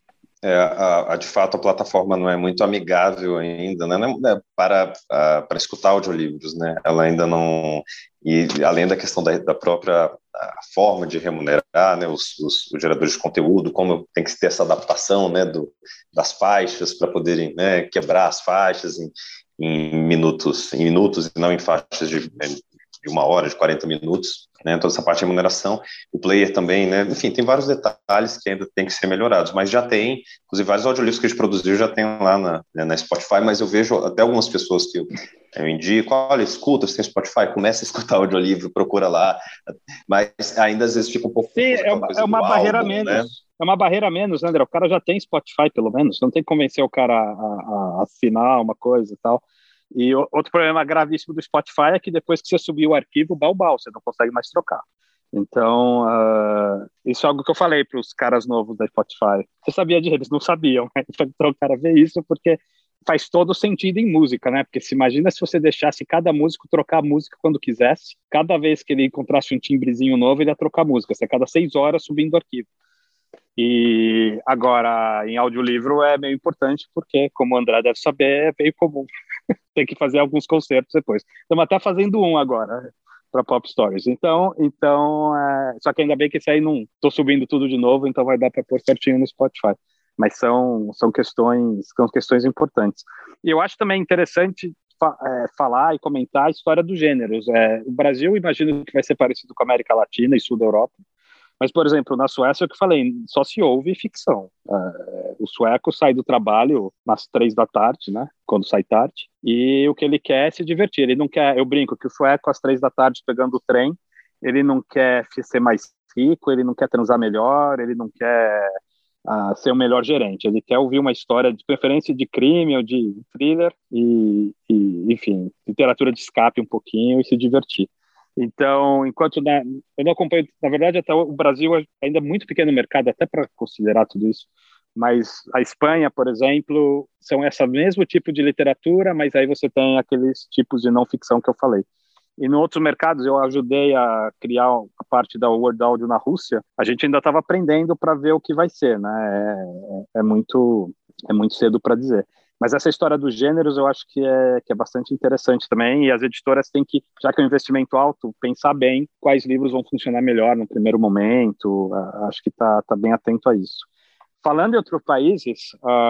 De fato, a plataforma não é muito amigável ainda, né, para escutar audiolivros, né? Ela ainda não... E além da questão da própria forma de remunerar, né, os geradores de conteúdo, como tem que ter essa adaptação, né, das faixas para poderem, né, quebrar as faixas em minutos e não em faixas de 1 hora, de 40 minutos, né, toda essa parte de remuneração, o player também, né, enfim, tem vários detalhes que ainda tem que ser melhorados, mas já tem, inclusive vários audiolivros que a gente produziu já tem lá na Spotify, mas eu vejo até algumas pessoas que eu indico, olha, escuta, você tem Spotify, começa a escutar audiolivro, procura lá, mas ainda às vezes fica um pouco... Sim, é uma barreira álbum, menos, né? É uma barreira menos, né, André? O cara já tem Spotify, pelo menos, não tem que convencer o cara a assinar uma coisa e tal. E outro problema gravíssimo do Spotify é que depois que você subir o arquivo, balbal, você não consegue mais trocar. Então, isso é algo que eu falei para os caras novos da Spotify. Você sabia disso? Eles não sabiam, né? Então o cara vê isso porque faz todo sentido em música, né? Porque se imagina se você deixasse cada músico trocar a música quando quisesse, cada vez que ele encontrasse um timbrezinho novo, ele ia trocar a música, a cada 6 horas subindo o arquivo. E agora, em audiolivro é meio importante, porque, como o André deve saber, é meio comum. Tem que fazer alguns concertos depois. Estamos até fazendo um agora, para Pop Stories. Então só que ainda bem que esse aí não estou subindo tudo de novo, então vai dar para pôr certinho no Spotify. Mas são questões importantes. E eu acho também interessante falar e comentar a história dos gêneros. O Brasil, imagino que vai ser parecido com a América Latina e Sul da Europa. Mas, por exemplo, na Suécia, é o que eu falei, só se ouve ficção. O sueco sai do trabalho às 3 da tarde, né, quando sai tarde, e o que ele quer é se divertir. Ele não quer, eu brinco que o sueco às 3 da tarde pegando o trem, ele não quer ser mais rico, ele não quer transar melhor, ele não quer ser o melhor gerente. Ele quer ouvir uma história de preferência de crime ou de thriller e enfim, literatura de escape um pouquinho e se divertir. Então, enquanto eu não acompanho, na verdade, até o Brasil ainda é muito pequeno mercado, até para considerar tudo isso, mas a Espanha, por exemplo, são esse mesmo tipo de literatura, mas aí você tem aqueles tipos de não ficção que eu falei. E em outros mercados, eu ajudei a criar a parte da World Audio na Rússia, a gente ainda estava aprendendo para ver o que vai ser, né? É muito cedo para dizer. Mas essa história dos gêneros eu acho que é bastante interessante também, e as editoras têm que, já que é um investimento alto, pensar bem quais livros vão funcionar melhor no primeiro momento. Acho que tá bem atento a isso. Falando em outros países,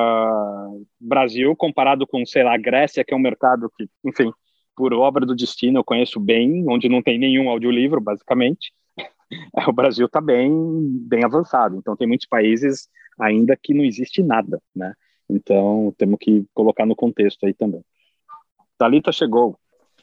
Brasil, comparado com, sei lá, Grécia, que é um mercado que, enfim, por obra do destino eu conheço bem, onde não tem nenhum audiolivro, basicamente, o Brasil está bem avançado. Então tem muitos países ainda que não existe nada, né? Então, temos que colocar no contexto aí também. Thalita chegou.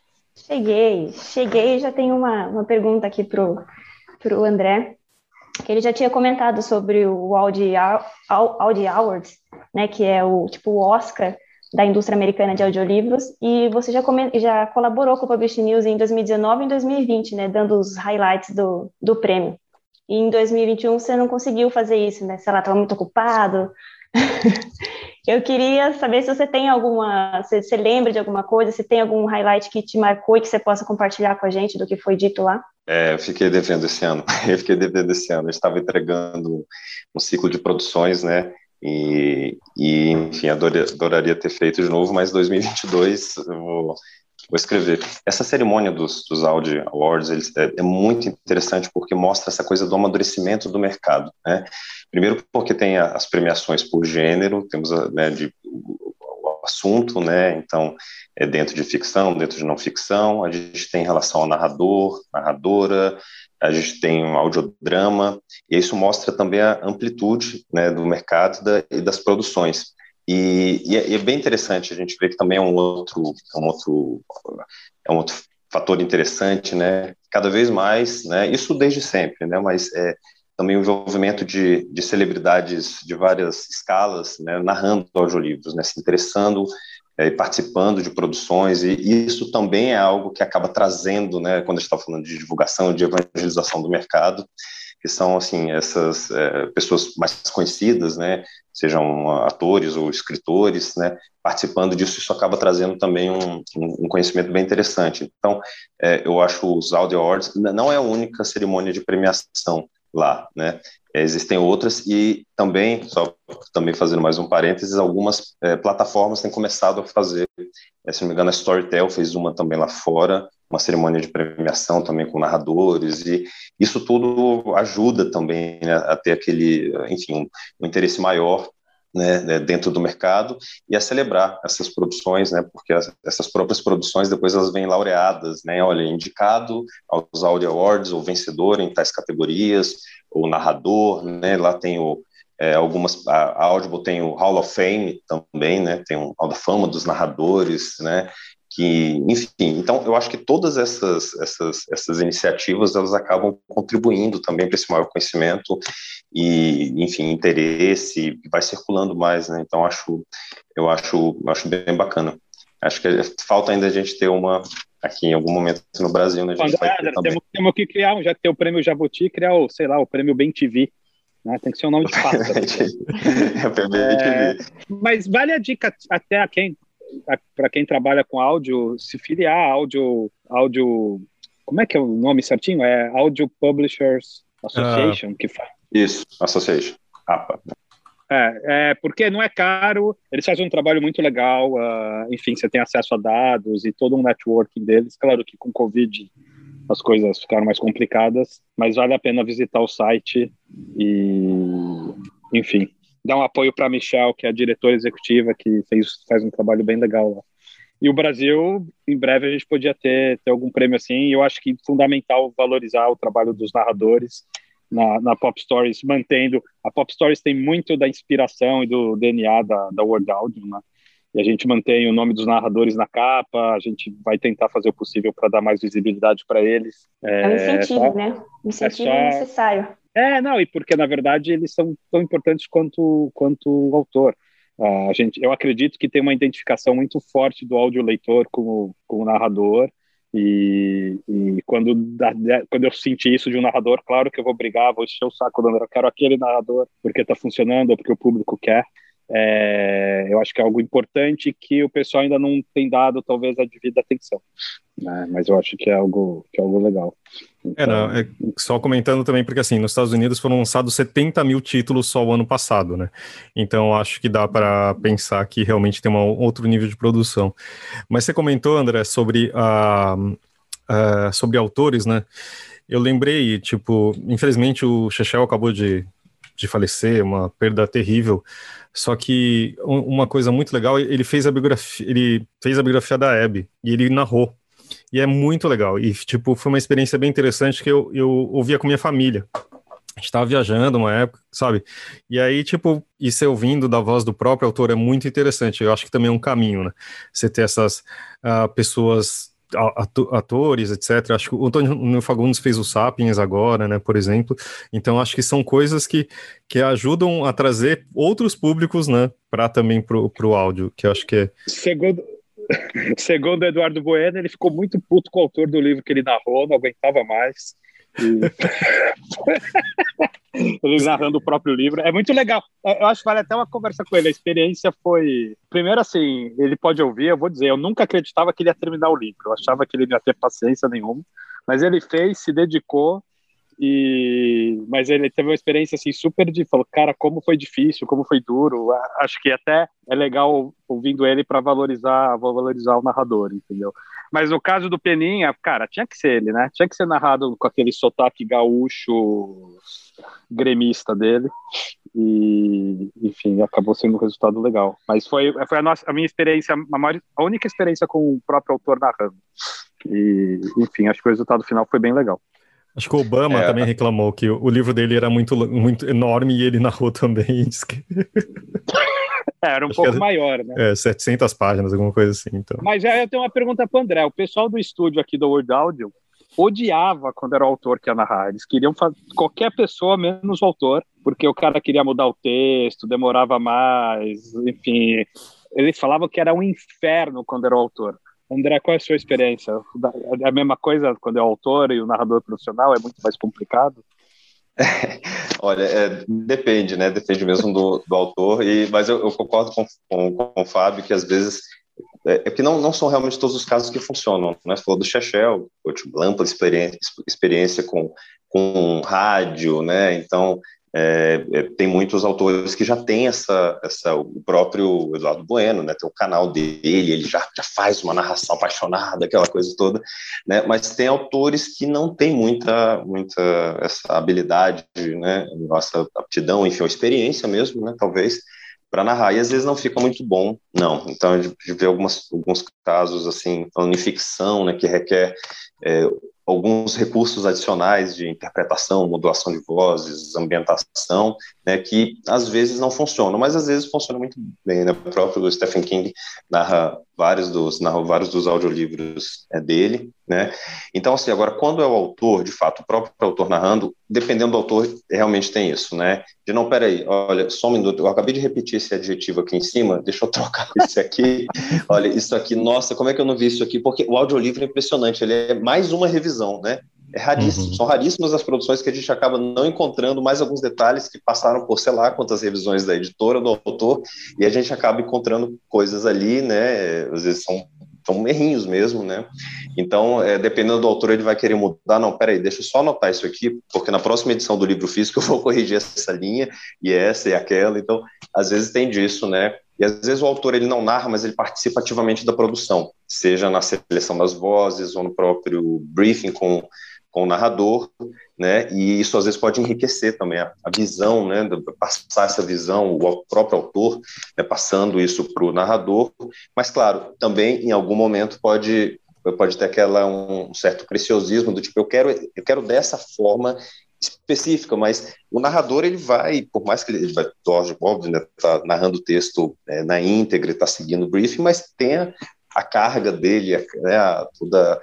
Cheguei. Já tenho uma pergunta aqui pro André, que ele já tinha comentado sobre o Audi Awards, né, que é o Oscar da indústria americana de audiolivros, e você já colaborou com o Publish News em 2019 e em 2020, né, dando os highlights do prêmio. E em 2021 você não conseguiu fazer isso, né? Sei lá, estava muito ocupado. Eu queria saber se você tem se você lembra de alguma coisa, se tem algum highlight que te marcou e que você possa compartilhar com a gente do que foi dito lá. Eu fiquei devendo esse ano. Eu estava entregando um ciclo de produções, né? E enfim, adoraria ter feito de novo, mas 2022 eu vou escrever. Essa cerimônia dos Audi Awards é muito interessante porque mostra essa coisa do amadurecimento do mercado, né? Primeiro porque tem as premiações por gênero, temos o assunto, né? Então, dentro de ficção, dentro de não ficção, a gente tem em relação ao narrador, narradora, a gente tem um audiodrama, e isso mostra também a amplitude, né, do mercado e das produções. E é bem interessante a gente ver que também é um outro fator interessante, né? Cada vez mais, né? Isso desde sempre, né? Mas também o envolvimento de celebridades de várias escalas, né? Narrando audiolivros, né? Se interessando e participando de produções, e isso também é algo que acaba trazendo, né? Quando a gente está falando de divulgação, de evangelização do mercado, que são, assim, essas pessoas mais conhecidas, né, sejam atores ou escritores, né, participando disso, isso acaba trazendo também um conhecimento bem interessante. Então, eu acho os Audi Awards não é a única cerimônia de premiação lá, né, existem outras e também, só também fazendo mais um parênteses, algumas plataformas têm começado a fazer, se não me engano a Storytel fez uma também lá fora, uma cerimônia de premiação também com narradores, e isso tudo ajuda também, né, a ter aquele, enfim, um interesse maior, né, dentro do mercado e a celebrar essas produções, né, porque essas próprias produções depois elas vêm laureadas, né, olha, indicado aos Audi Awards, ou vencedor em tais categorias, ou narrador, né, lá tem a Audible tem o Hall of Fame também, né, tem um Hall da Fama dos narradores, né, que, enfim, então eu acho que todas essas iniciativas elas acabam contribuindo também para esse maior conhecimento e, enfim, interesse, vai circulando mais, né? Então eu acho bem bacana. Acho que falta ainda a gente ter uma aqui em algum momento no Brasil, né? A gente vai ter também. Temos que criar, já que tem o prêmio Jabuti, criar o prêmio Bem TV. Né? Tem que ser um nome de pasta. TV. Mas vale a dica até a quem para quem trabalha com áudio, se filiar a áudio, como é que é o nome certinho? É Audio Publishers Association que faz. Isso, Association, APA. Porque não é caro, eles fazem um trabalho muito legal, enfim, você tem acesso a dados e todo um networking deles. Claro que com Covid as coisas ficaram mais complicadas, mas vale a pena visitar o site e, enfim, dar um apoio para a Michelle, que é a diretora executiva, que faz um trabalho bem legal lá. E o Brasil, em breve, a gente podia ter algum prêmio assim, e eu acho que é fundamental valorizar o trabalho dos narradores na Pop Stories, mantendo... A Pop Stories tem muito da inspiração e do DNA da World Audio, né? E a gente mantém o nome dos narradores na capa, a gente vai tentar fazer o possível para dar mais visibilidade para eles. É um incentivo, né? Um incentivo necessário. Não, e porque, na verdade, eles são tão importantes quanto o autor. Eu acredito que tem uma identificação muito forte do áudio-leitor com o narrador, e quando eu senti isso de um narrador, claro que eu vou brigar, vou encher o saco do André, eu quero aquele narrador porque está funcionando ou porque o público quer. Eu acho que é algo importante que o pessoal ainda não tem dado talvez a devida atenção, né? Mas eu acho que é algo legal. Então... Só comentando também, porque assim, nos Estados Unidos foram lançados 70 mil títulos só o ano passado, né? Então acho que dá para pensar que realmente tem um outro nível de produção. Mas você comentou, André, sobre autores, né? Eu lembrei, tipo, infelizmente o Chechel acabou de falecer, uma perda terrível. Só que uma coisa muito legal, ele fez a biografia da Abby e ele narrou. E é muito legal. E, tipo, foi uma experiência bem interessante que eu ouvia com minha família. A gente estava viajando uma época, sabe? E aí, tipo, você ouvindo da voz do próprio autor é muito interessante. Eu acho que também é um caminho, né? Você ter essas pessoas... atores, etc. Acho que o Antônio Fagundes fez o Sapiens agora, né, por exemplo. Então acho que são coisas que ajudam a trazer outros públicos, né, para também pro áudio, que eu acho que é... Segundo Eduardo Bueno, ele ficou muito puto com o autor do livro que ele narrou, não aguentava mais. Ele narrando o próprio livro, é muito legal. Eu acho que vale até uma conversa com ele. A experiência foi, primeiro assim, ele pode ouvir, eu vou dizer, eu nunca acreditava que ele ia terminar o livro, eu achava que ele não ia ter paciência nenhuma, mas ele fez, se dedicou, mas ele teve uma experiência assim super de, falou, cara, como foi difícil, como foi duro. Acho que até é legal ouvindo ele para valorizar o narrador, entendeu? Mas no caso do Peninha, cara, tinha que ser ele, né? Tinha que ser narrado com aquele sotaque gaúcho gremista dele. E, enfim, acabou sendo um resultado legal. Mas foi a minha experiência, a única experiência com o próprio autor narrando. E, enfim, acho que o resultado final foi bem legal. Acho que o Obama também reclamou que o livro dele era muito, muito enorme e ele narrou também. Era um pouco maior, né? 700 páginas, alguma coisa assim. Então. Mas eu tenho uma pergunta para o André. O pessoal do estúdio aqui do World Audio odiava quando era o autor que ia narrar. Eles queriam fazer qualquer pessoa menos o autor, porque o cara queria mudar o texto, demorava mais, enfim. Eles falavam que era um inferno quando era o autor. André, qual é a sua experiência? É a mesma coisa quando é o autor e o narrador profissional? É muito mais complicado? Olha, depende, né? Depende mesmo do autor, mas eu concordo com o Fábio que às vezes que não são realmente todos os casos que funcionam, né? Você falou do Chechel, ampla experiência com rádio, né? Então tem muitos autores que já têm o próprio Eduardo Bueno, né? Tem o canal dele, ele já faz uma narração apaixonada, aquela coisa toda, né? Mas tem autores que não têm muita essa habilidade, né? Nossa aptidão, enfim, a experiência mesmo, né? Talvez para narrar, e às vezes não fica muito bom, não. Então a gente vê alguns casos assim, falando em ficção, né? Que requer alguns recursos adicionais de interpretação, modulação de vozes, ambientação, né, que às vezes não funcionam, mas às vezes funcionam muito bem, né? O próprio Stephen King narra vários dos audiolivros dele, né? Então, assim, agora, quando é o autor, de fato, o próprio autor narrando, dependendo do autor, realmente tem isso, né? De não, peraí, olha, só um minuto, eu acabei de repetir esse adjetivo aqui em cima, deixa eu trocar esse aqui, olha, isso aqui, nossa, como é que eu não vi isso aqui? Porque o audiolivro é impressionante, ele é mais uma revisão, né? É raríssimo, são raríssimas as produções que a gente acaba não encontrando mais alguns detalhes que passaram por, sei lá, quantas revisões da editora, do autor, e a gente acaba encontrando coisas ali, né, às vezes são errinhos mesmo, né, então, dependendo do autor, ele vai querer mudar, não, peraí, deixa eu só anotar isso aqui, porque na próxima edição do livro físico eu vou corrigir essa linha, e essa e aquela, então, às vezes tem disso, né, e às vezes o autor ele não narra, mas ele participa ativamente da produção, seja na seleção das vozes, ou no próprio briefing com o narrador, né, e isso às vezes pode enriquecer também a visão, né, passar essa visão, o próprio autor, né, passando isso para o narrador, mas claro, também em algum momento pode ter um certo preciosismo do tipo, eu quero dessa forma específica, mas o narrador ele vai, por mais que ele vai, óbvio, né, tá narrando o texto na íntegra, está seguindo o briefing, mas tem a carga dele, né, toda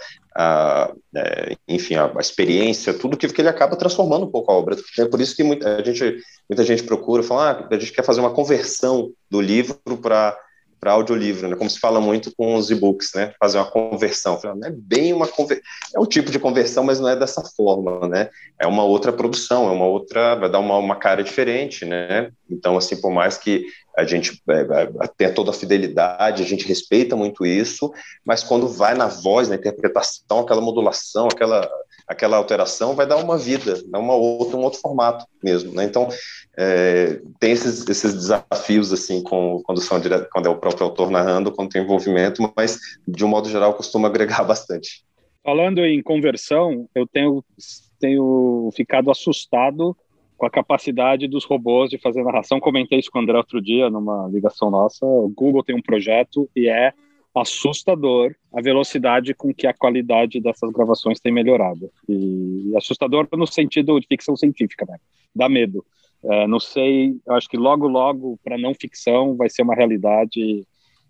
enfim, a experiência, tudo que ele acaba transformando um pouco a obra. É por isso que muita gente procura falar, a gente quer fazer uma conversão do livro para audiolivro, né? Como se fala muito com os e-books, né? Fazer uma conversão. Não é bem uma conversão, é um tipo de conversão, mas não é dessa forma, né? É uma outra produção, vai dar uma cara diferente, né? Então, assim, por mais que a gente tenha toda a fidelidade, a gente respeita muito isso, mas quando vai na voz, na interpretação, aquela modulação, aquela alteração, vai dar uma vida, um outro formato mesmo, né? Então, tem esses desafios, assim, quando é o próprio autor narrando, quando tem envolvimento, mas, de um modo geral, costuma agregar bastante. Falando em conversão, eu tenho ficado assustado com a capacidade dos robôs de fazer narração. Comentei isso com o André outro dia, numa ligação nossa. O Google tem um projeto e é assustador a velocidade com que a qualidade dessas gravações tem melhorado. E assustador no sentido de ficção científica, né? Dá medo. Não sei, eu acho que logo, para não ficção, vai ser uma realidade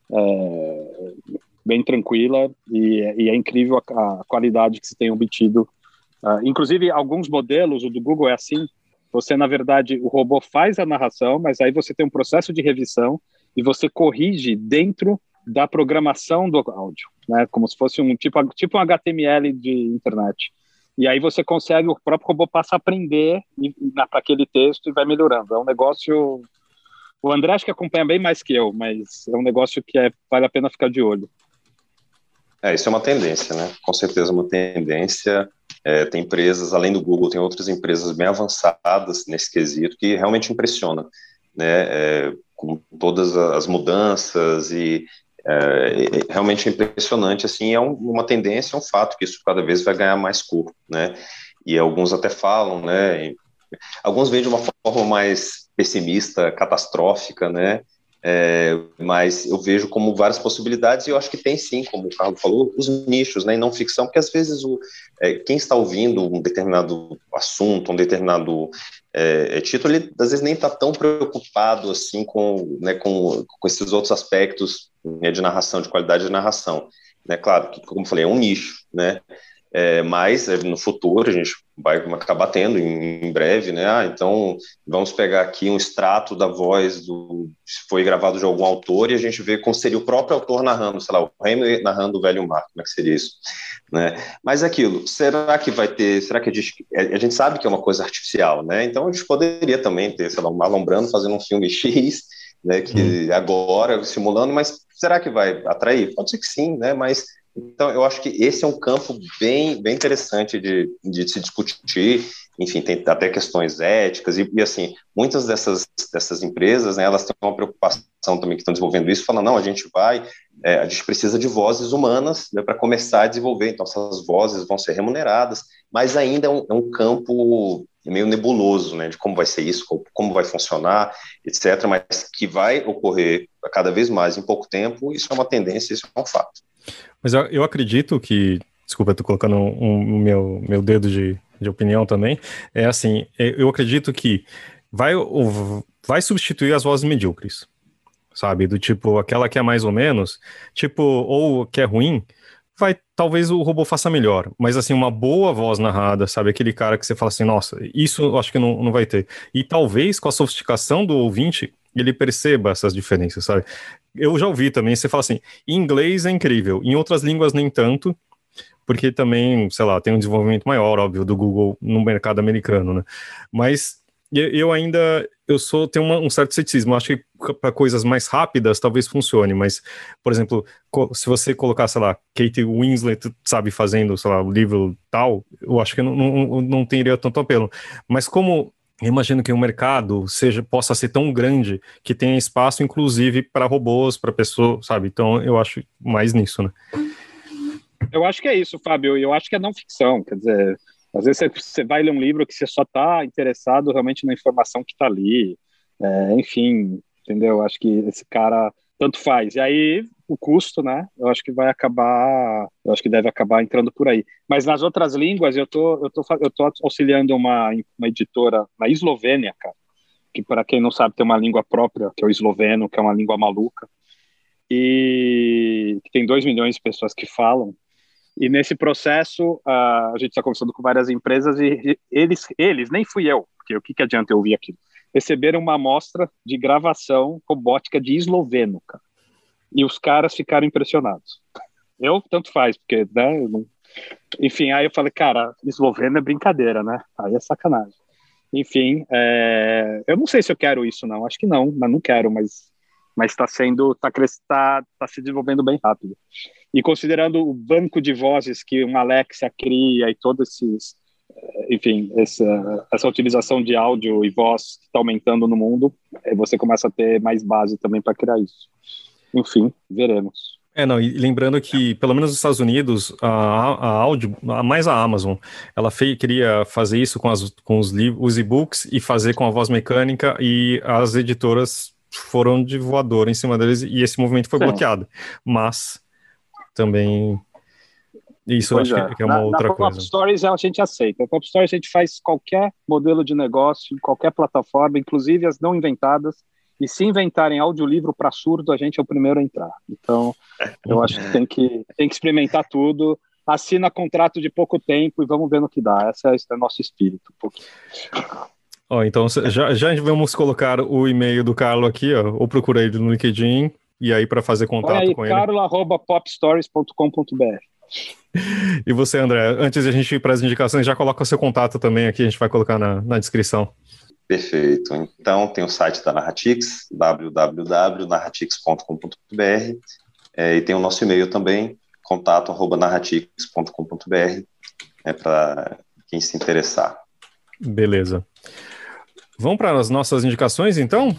bem tranquila e é incrível a qualidade que se tem obtido. Inclusive, alguns modelos, o do Google é assim, você, na verdade, o robô faz a narração, mas aí você tem um processo de revisão e você corrige dentro da programação do áudio, né? Como se fosse um tipo um HTML de internet. E aí você consegue, o próprio robô passa a aprender para aquele texto e vai melhorando. É um negócio... O André acho que acompanha bem mais que eu, mas é um negócio que vale a pena ficar de olho. Isso é uma tendência, né? Com certeza uma tendência. Tem empresas, além do Google, tem outras empresas bem avançadas nesse quesito que realmente impressiona, né? Com todas as mudanças e realmente é impressionante, assim, é uma tendência, é um fato que isso cada vez vai ganhar mais corpo, né? E alguns até falam, né? Alguns veem de uma forma mais pessimista, catastrófica, né? Mas eu vejo como várias possibilidades e eu acho que tem sim, como o Carlos falou, os nichos, né, e não ficção, porque às vezes quem está ouvindo um determinado assunto, um determinado título, ele às vezes nem está tão preocupado assim com esses outros aspectos, né, de narração, de qualidade de narração, né? Claro que, como eu falei, é um nicho, né? Mas no futuro a gente vai acabar tendo em breve, né? Então vamos pegar aqui um extrato da voz se foi gravado de algum autor e a gente vê como seria o próprio autor narrando, sei lá, o Hemingway narrando o Velho Mar, como é que seria isso, né? Mas aquilo, será que a gente sabe que é uma coisa artificial, né? Então a gente poderia também ter, sei lá, um Marlon Brando fazendo um filme X, né? Que agora simulando, mas será que vai atrair? Pode ser que sim, né? Mas então, eu acho que esse é um campo bem interessante de se discutir, enfim, tem até questões éticas, e assim, muitas dessas empresas, né, elas têm uma preocupação também que estão desenvolvendo isso, falando, não, a gente precisa de vozes humanas, né, para começar a desenvolver, então essas vozes vão ser remuneradas, mas ainda é um campo meio nebuloso, né, de como vai ser isso, como vai funcionar, etc., mas que vai ocorrer cada vez mais em pouco tempo, isso é uma tendência, isso é um fato. Mas eu acredito que, desculpa, eu tô colocando meu dedo de opinião também, assim, eu acredito que vai substituir as vozes medíocres, sabe, do tipo, aquela que é mais ou menos, tipo, ou que é ruim, talvez o robô faça melhor, mas assim, uma boa voz narrada, sabe, aquele cara que você fala assim, nossa, isso eu acho que não vai ter, e talvez com a sofisticação do ouvinte, ele perceba essas diferenças, sabe? Eu já ouvi também, você fala assim, em inglês é incrível, em outras línguas nem tanto, porque também, sei lá, tem um desenvolvimento maior, óbvio, do Google no mercado americano, né? Mas eu ainda tenho um certo ceticismo. Eu acho que para coisas mais rápidas talvez funcione, mas, por exemplo, se você colocar, sei lá, Kate Winslet, sabe, fazendo, sei lá, o livro tal, eu acho que não teria tanto apelo. Mas como eu imagino que o mercado possa ser tão grande que tenha espaço, inclusive, para robôs, para pessoas, sabe? Então, eu acho mais nisso, né? Eu acho que é isso, Fábio. Eu acho que é não ficção. Quer dizer, às vezes você vai ler um livro que você só está interessado realmente na informação que está ali. Enfim, entendeu? Acho que esse cara tanto faz. E aí, o custo, né? Eu acho que deve acabar entrando por aí. Mas nas outras línguas, eu tô auxiliando uma editora na Eslovênia, cara, que para quem não sabe tem uma língua própria, que é o esloveno, que é uma língua maluca, e que tem 2 milhões de pessoas que falam. E nesse processo, a gente está conversando com várias empresas e eles, nem fui eu, porque o que adianta eu ouvir aquilo? Receberam uma amostra de gravação robótica de esloveno, cara. E os caras ficaram impressionados. Eu, tanto faz, porque, né, enfim, aí eu falei, cara, esloveno é brincadeira, né? Aí é sacanagem. Enfim, eu não sei se eu quero isso, não. Acho que não, mas não quero, mas está se desenvolvendo bem rápido. E considerando o banco de vozes que uma Alexa cria e todos esses, enfim, essa utilização de áudio e voz que está aumentando no mundo, você começa a ter mais base também para criar isso. Enfim, veremos. Não, e lembrando que, pelo menos nos Estados Unidos, mais a Amazon, ela queria fazer isso com os e-books e fazer com a voz mecânica, e as editoras foram de voador em cima deles, e esse movimento foi bloqueado. Mas também isso eu acho que é uma outra coisa. Na Pop Stories a gente aceita. Na Pop Stories a gente faz qualquer modelo de negócio, em qualquer plataforma, inclusive as não inventadas. E se inventarem audiolivro para surdo, a gente é o primeiro a entrar. Então, eu acho que tem que experimentar tudo. Assina contrato de pouco tempo e vamos ver no que dá. Esse é o nosso espírito. Então, já vamos colocar o e-mail do Carlo aqui, ou procura ele no LinkedIn, e aí para fazer contato com ele. carlo@popstories.com.br. E você, André, antes de a gente ir para as indicações, já coloca o seu contato também aqui, a gente vai colocar na descrição. Perfeito. Então, tem o site da Narratix, www.narratix.com.br, e tem o nosso e-mail também, contato@narratix.com.br, para quem se interessar. Beleza. Vamos para as nossas indicações, então?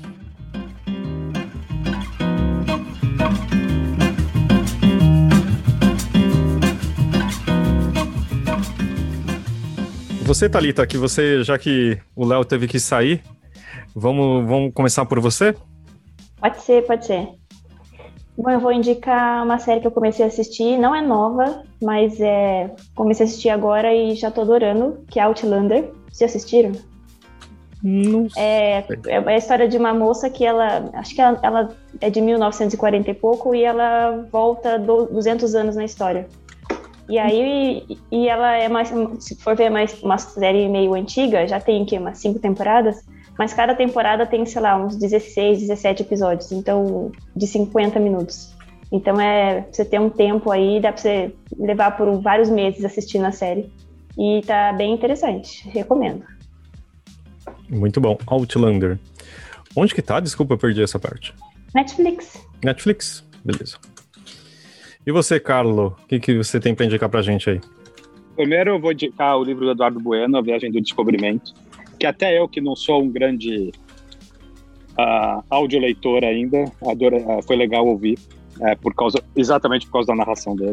Você, Thalita, já que o Léo teve que sair, vamos começar por você? Pode ser. Bom, eu vou indicar uma série que eu comecei a assistir, não é nova, mas comecei a assistir agora e já tô adorando, que é Outlander. Vocês assistiram? Não sei. É a história de uma moça que acho que ela é de 1940 e pouco, e ela volta 200 anos na história. E aí, ela é mais, se for ver, mais uma série meio antiga, já tem umas 5 temporadas, mas cada temporada tem, sei lá, uns 16, 17 episódios, então, de 50 minutos. Então, você ter um tempo aí, dá pra você levar por vários meses assistindo a série. E tá bem interessante, recomendo. Muito bom, Outlander. Onde que tá? Desculpa, eu perdi essa parte. Netflix, beleza. E você, Carlo, o que você tem para indicar pra gente aí? Primeiro eu vou indicar o livro do Eduardo Bueno, A Viagem do Descobrimento, que até eu, que não sou um grande audioleitor ainda, foi legal ouvir, exatamente por causa da narração dele.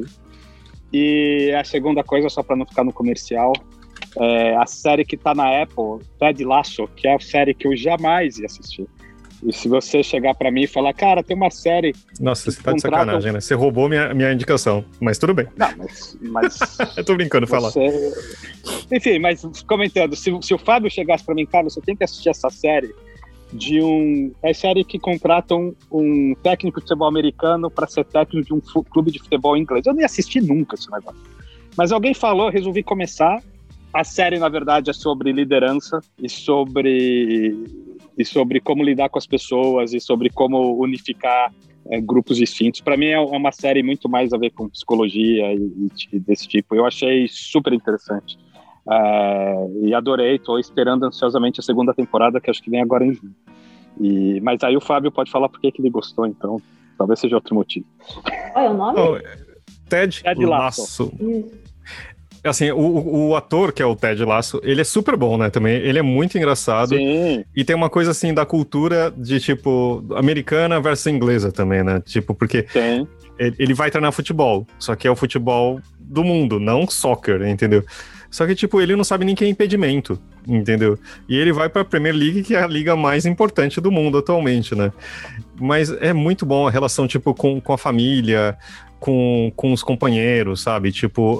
E a segunda coisa, só para não ficar no comercial, a série que tá na Apple, Ted Lasso, que é a série que eu jamais ia assistir. E se você chegar pra mim e falar, cara, tem uma série... Nossa, você tá de sacanagem, né? Você roubou minha indicação, mas tudo bem. Não, mas eu tô brincando, fala. Enfim, mas comentando, se o Fábio chegasse pra mim, cara, você tem que assistir essa série é a série que contratam um técnico de futebol americano pra ser técnico de um clube de futebol inglês. Eu nem assisti nunca esse negócio. Mas alguém falou, eu resolvi começar. A série, na verdade, é sobre liderança e sobre como lidar com as pessoas e sobre como unificar grupos distintos. Para mim é uma série muito mais a ver com psicologia e desse tipo. Eu achei super interessante. E adorei, estou esperando ansiosamente a segunda temporada, que acho que vem agora em junho. Mas aí o Fábio pode falar por que ele gostou, então talvez seja outro motivo. Qual é o nome? Ted Lasso. Assim, o ator, que é o Ted Lasso, ele é super bom, né, também. Ele é muito engraçado. Sim. E tem uma coisa, assim, da cultura de, tipo, americana versus inglesa também, né? Tipo, porque ele vai treinar futebol, só que é o futebol do mundo, não soccer, entendeu? Só que, tipo, ele não sabe nem que é impedimento, entendeu? E ele vai pra Premier League, que é a liga mais importante do mundo atualmente, né? Mas é muito bom a relação, tipo, com a família, com os companheiros, sabe? Tipo,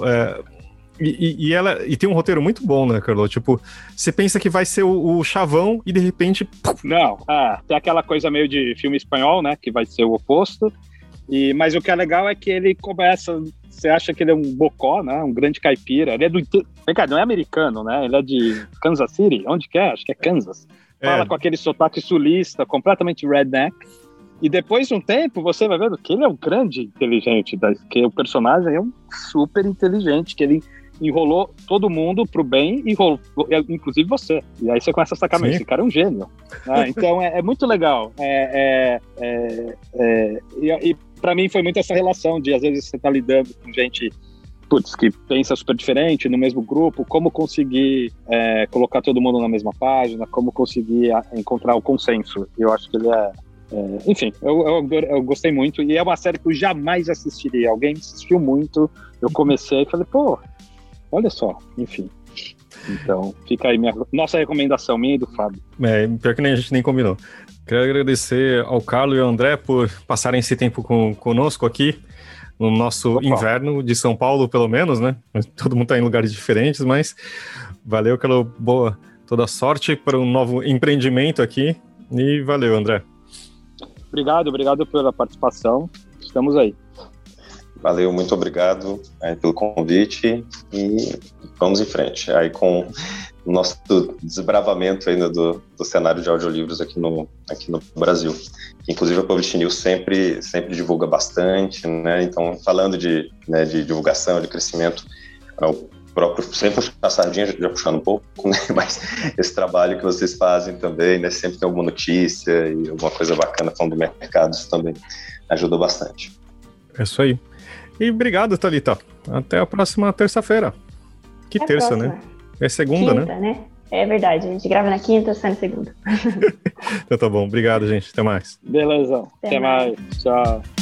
e tem um roteiro muito bom, né, Carlo? Tipo, você pensa que vai ser o chavão e de repente... Puf. Não, tem aquela coisa meio de filme espanhol, né? Que vai ser o oposto. Mas o que é legal é que ele começa... Você acha que ele é um bocó, né? Um grande caipira. Ele é não é americano, né? Ele é de Kansas City. Onde que é? Acho que é Kansas. Fala com aquele sotaque sulista, completamente redneck. E depois de um tempo, você vai vendo que ele é um grande inteligente. Que o personagem é um super inteligente, que ele enrolou todo mundo pro bem e enrolou, inclusive você. E aí você começa a sacar, mas esse cara é um gênio. Então é muito legal. E para mim foi muito essa relação de, às vezes, você tá lidando com gente que pensa super diferente no mesmo grupo, como conseguir colocar todo mundo na mesma página, como conseguir encontrar o consenso. Eu acho que ele enfim, eu gostei muito, e é uma série que eu jamais assistiria. Alguém insistiu muito, eu comecei e falei, pô, olha só, enfim. Então, fica aí nossa recomendação, minha e do Fábio. Pior que a gente nem combinou. Quero agradecer ao Carlo e ao André por passarem esse tempo conosco aqui, no nosso inverno de São Paulo, pelo menos, né? Todo mundo está em lugares diferentes, mas valeu, Carlo, toda sorte para um novo empreendimento aqui, e valeu, André. Obrigado pela participação, estamos aí. Valeu, muito obrigado pelo convite e vamos em frente. Aí com o nosso desbravamento ainda do cenário de audiolivros aqui no Brasil. Inclusive a Publish News sempre divulga bastante, né? Então, falando de divulgação, de crescimento, o próprio, sempre puxar a sardinha, já puxando um pouco, né? Mas esse trabalho que vocês fazem também, né? Sempre tem alguma notícia e alguma coisa bacana falando do mercado, isso também ajuda bastante. É isso aí. E obrigado, Thalita. Até a próxima terça-feira. Que terça, próxima. Né? É segunda, quinta, né? É verdade, a gente grava na quinta, sai na segunda. Então tá bom, obrigado, gente. Até mais. Beleza, até mais. Tchau.